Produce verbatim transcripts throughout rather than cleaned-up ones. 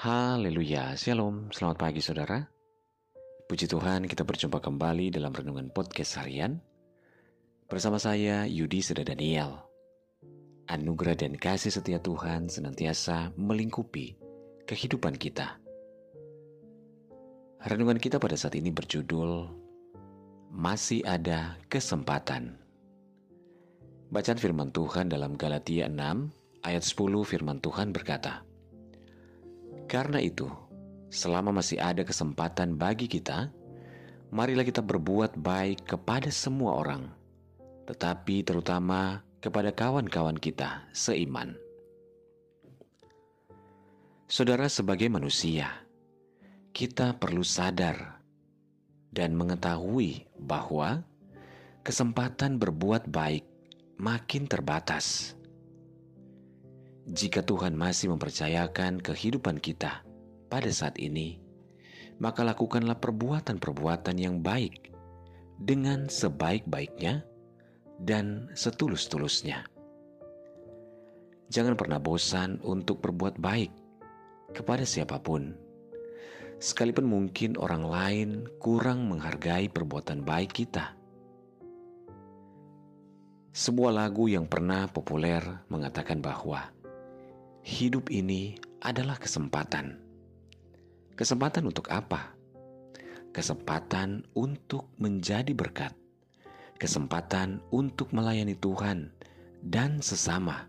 Haleluya, Shalom, selamat pagi saudara. Puji Tuhan, kita berjumpa kembali dalam Renungan Podcast Harian bersama saya, Yudi Seda Daniel. Anugerah dan kasih setia Tuhan senantiasa melingkupi kehidupan kita. Renungan kita pada saat ini berjudul Masih Ada Kesempatan. Bacaan firman Tuhan dalam Galatia enam ayat sepuluh, firman Tuhan berkata, "Karena itu, selama masih ada kesempatan bagi kita, marilah kita berbuat baik kepada semua orang, tetapi terutama kepada kawan-kawan kita seiman." Saudara, sebagai manusia, kita perlu sadar dan mengetahui bahwa kesempatan berbuat baik makin terbatas. Jika Tuhan masih mempercayakan kehidupan kita pada saat ini, maka lakukanlah perbuatan-perbuatan yang baik dengan sebaik-baiknya dan setulus-tulusnya. Jangan pernah bosan untuk berbuat baik kepada siapapun, sekalipun mungkin orang lain kurang menghargai perbuatan baik kita. Sebuah lagu yang pernah populer mengatakan bahwa hidup ini adalah kesempatan. Kesempatan untuk apa? Kesempatan untuk menjadi berkat. Kesempatan untuk melayani Tuhan dan sesama.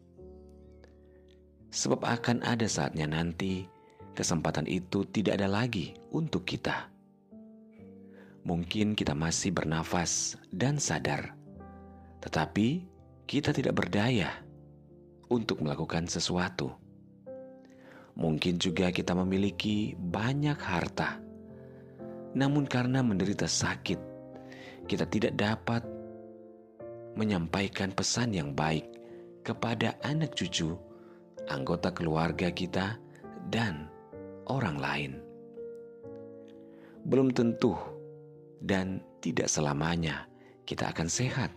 Sebab akan ada saatnya nanti kesempatan itu tidak ada lagi untuk kita. Mungkin kita masih bernafas dan sadar, tetapi kita tidak berdaya untuk melakukan sesuatu. Mungkin juga kita memiliki banyak harta, namun karena menderita sakit, kita tidak dapat menyampaikan pesan yang baik kepada anak cucu, anggota keluarga kita, dan orang lain. Belum tentu dan tidak selamanya kita akan sehat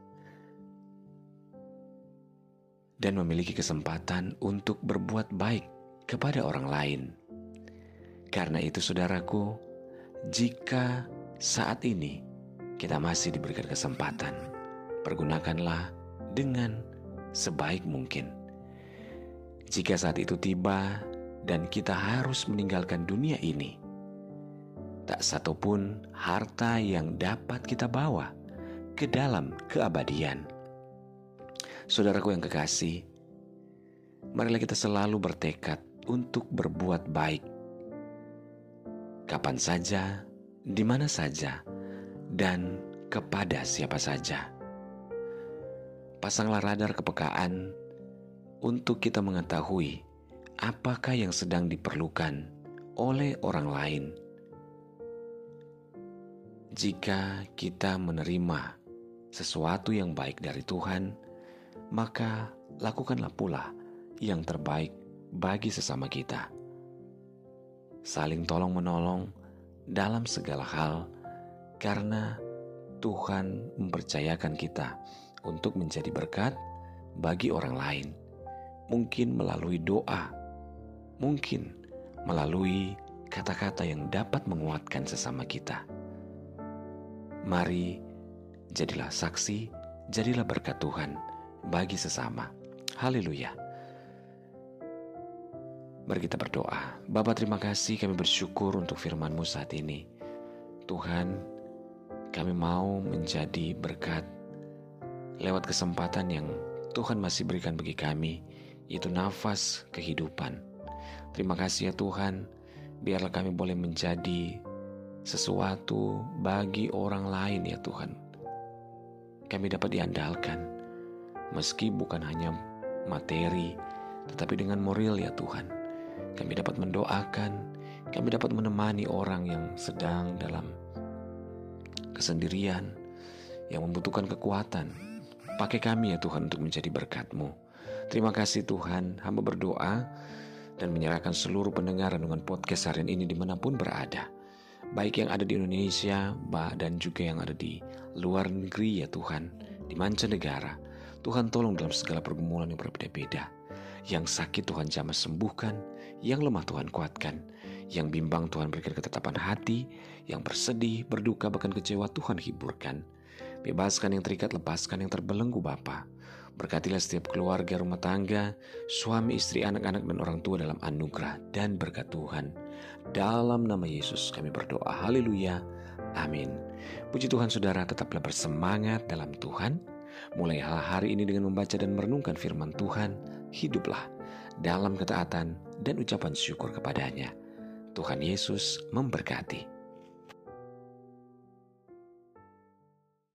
dan memiliki kesempatan untuk berbuat baik kepada orang lain. Karena itu saudaraku, jika saat ini kita masih diberikan kesempatan, pergunakanlah dengan sebaik mungkin. Jika saat itu tiba dan kita harus meninggalkan dunia ini, tak satupun harta yang dapat kita bawa ke dalam keabadian. Saudaraku yang kekasih, marilah kita selalu bertekad untuk berbuat baik. Kapan saja, di mana saja, dan kepada siapa saja. Pasanglah radar kepekaan untuk kita mengetahui apakah yang sedang diperlukan oleh orang lain. Jika kita menerima sesuatu yang baik dari Tuhan, maka lakukanlah pula yang terbaik bagi sesama kita. Saling tolong-menolong dalam segala hal, karena Tuhan mempercayakan kita untuk menjadi berkat bagi orang lain. Mungkin melalui doa, mungkin melalui kata-kata yang dapat menguatkan sesama kita. Mari jadilah saksi, jadilah berkat Tuhan bagi sesama. Haleluya. Mari kita berdoa. Bapa, terima kasih, kami bersyukur untuk firman-Mu saat ini. Tuhan, kami mau menjadi berkat lewat kesempatan yang Tuhan masih berikan bagi kami, yaitu nafas kehidupan. Terima kasih ya Tuhan, biarlah kami boleh menjadi sesuatu bagi orang lain ya Tuhan. Kami dapat diandalkan, meski bukan hanya materi, tetapi dengan moral ya Tuhan. Kami dapat mendoakan, kami dapat menemani orang yang sedang dalam kesendirian, yang membutuhkan kekuatan. Pakai kami ya Tuhan untuk menjadi berkat-Mu. Terima kasih Tuhan, hamba berdoa dan menyerahkan seluruh pendengar Renungan Podcast harian ini dimanapun berada. Baik yang ada di Indonesia, dan juga yang ada di luar negeri ya Tuhan, di mancanegara. Tuhan tolong dalam segala pergumulan yang berbeda-beda. Yang sakit Tuhan jamah sembuhkan, yang lemah Tuhan kuatkan, yang bimbang Tuhan berikan ketetapan hati, yang bersedih, berduka, bahkan kecewa Tuhan hiburkan. Bebaskan yang terikat, lepaskan yang terbelenggu Bapa. Berkatilah setiap keluarga, rumah tangga, suami, istri, anak-anak, dan orang tua dalam anugerah dan berkat Tuhan. Dalam nama Yesus kami berdoa, haleluya, amin. Puji Tuhan saudara, tetaplah bersemangat dalam Tuhan. Mulai hari ini dengan membaca dan merenungkan firman Tuhan, hiduplah dalam ketaatan dan ucapan syukur kepadanya. Tuhan Yesus memberkati.